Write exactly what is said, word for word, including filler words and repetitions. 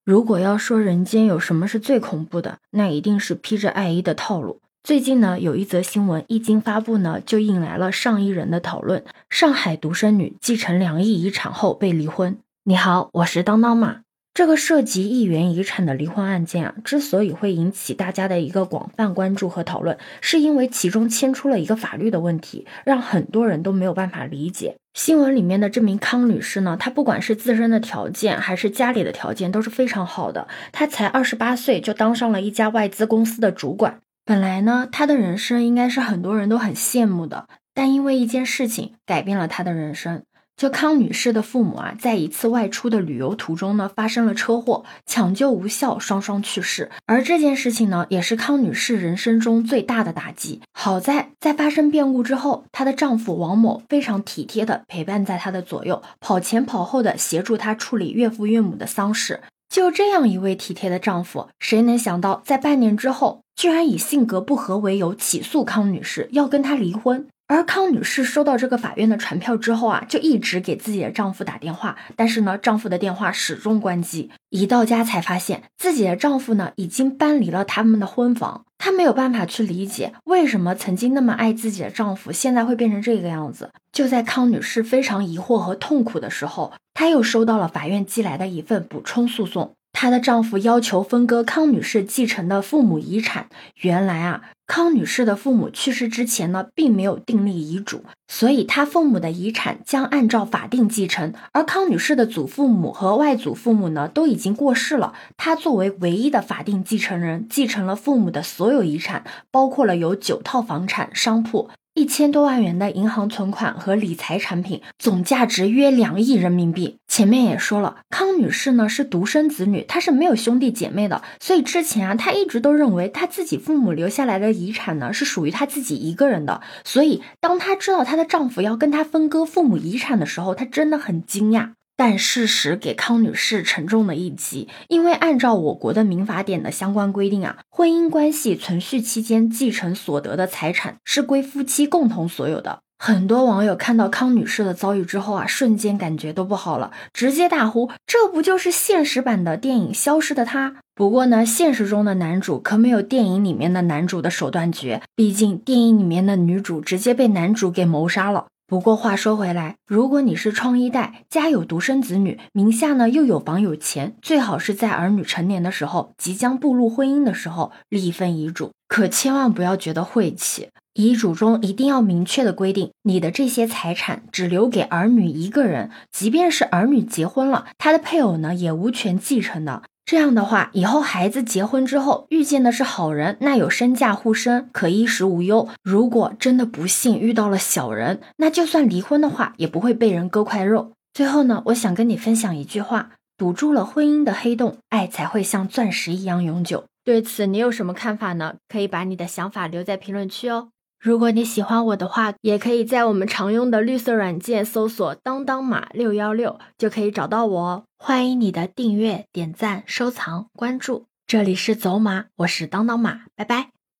如果要说人间有什么是最恐怖的，那一定是披着爱衣的套路。最近呢，有一则新闻一经发布呢，就引来了上亿人的讨论。上海独生女继承两亿遗产后被离婚。你好，我是当当马。这个涉及亿元遗产的离婚案件啊，之所以会引起大家的一个广泛关注和讨论，是因为其中牵出了一个法律的问题，让很多人都没有办法理解。新闻里面的这名康女士呢，她不管是自身的条件还是家里的条件都是非常好的，她才二十八岁就当上了一家外资公司的主管。本来呢，她的人生应该是很多人都很羡慕的，但因为一件事情改变了她的人生。就康女士的父母啊，在一次外出的旅游途中呢，发生了车祸，抢救无效，双双去世。而这件事情呢，也是康女士人生中最大的打击。好在在发生变故之后，她的丈夫王某非常体贴的陪伴在她的左右，跑前跑后的协助她处理岳父岳母的丧事。就这样一位体贴的丈夫，谁能想到在半年之后，居然以性格不合为由起诉康女士，要跟她离婚。而康女士收到这个法院的传票之后啊，就一直给自己的丈夫打电话，但是呢，丈夫的电话始终关机。一到家才发现自己的丈夫呢，已经搬离了他们的婚房。她没有办法去理解，为什么曾经那么爱自己的丈夫，现在会变成这个样子。就在康女士非常疑惑和痛苦的时候，她又收到了法院寄来的一份补充诉讼。她的丈夫要求分割康女士继承的父母遗产。原来啊，康女士的父母去世之前呢，并没有订立遗嘱，所以她父母的遗产将按照法定继承。而康女士的祖父母和外祖父母呢，都已经过世了。她作为唯一的法定继承人，继承了父母的所有遗产，包括了有九套房产、商铺。一千多万元的银行存款和理财产品，总价值约两亿人民币。前面也说了，康女士呢是独生子女，她是没有兄弟姐妹的，所以之前啊，她一直都认为她自己父母留下来的遗产呢是属于她自己一个人的。所以当她知道她的丈夫要跟她分割父母遗产的时候，她真的很惊讶。但事实给康女士沉重了一击，因为按照我国的民法典的相关规定啊，婚姻关系存续期间继承所得的财产是归夫妻共同所有的。很多网友看到康女士的遭遇之后啊，瞬间感觉都不好了，直接大呼这不就是现实版的电影《消失的她》？不过呢，现实中的男主可没有电影里面的男主的手段绝，毕竟电影里面的女主直接被男主给谋杀了。不过话说回来，如果你是创一代，家有独生子女，名下呢又有房有钱，最好是在儿女成年的时候，即将步入婚姻的时候立一份遗嘱。可千万不要觉得晦气，遗嘱中一定要明确的规定，你的这些财产只留给儿女一个人，即便是儿女结婚了，他的配偶呢也无权继承的。这样的话，以后孩子结婚之后遇见的是好人，那有身价护身，可衣食无忧。如果真的不幸遇到了小人，那就算离婚的话，也不会被人割块肉。最后呢，我想跟你分享一句话，堵住了婚姻的黑洞，爱才会像钻石一样永久。对此你有什么看法呢？可以把你的想法留在评论区哦。如果你喜欢我的话，也可以在我们常用的绿色软件搜索当当马六一六就可以找到我哦。欢迎你的订阅、点赞、收藏、关注。这里是走马，我是当当马，拜拜。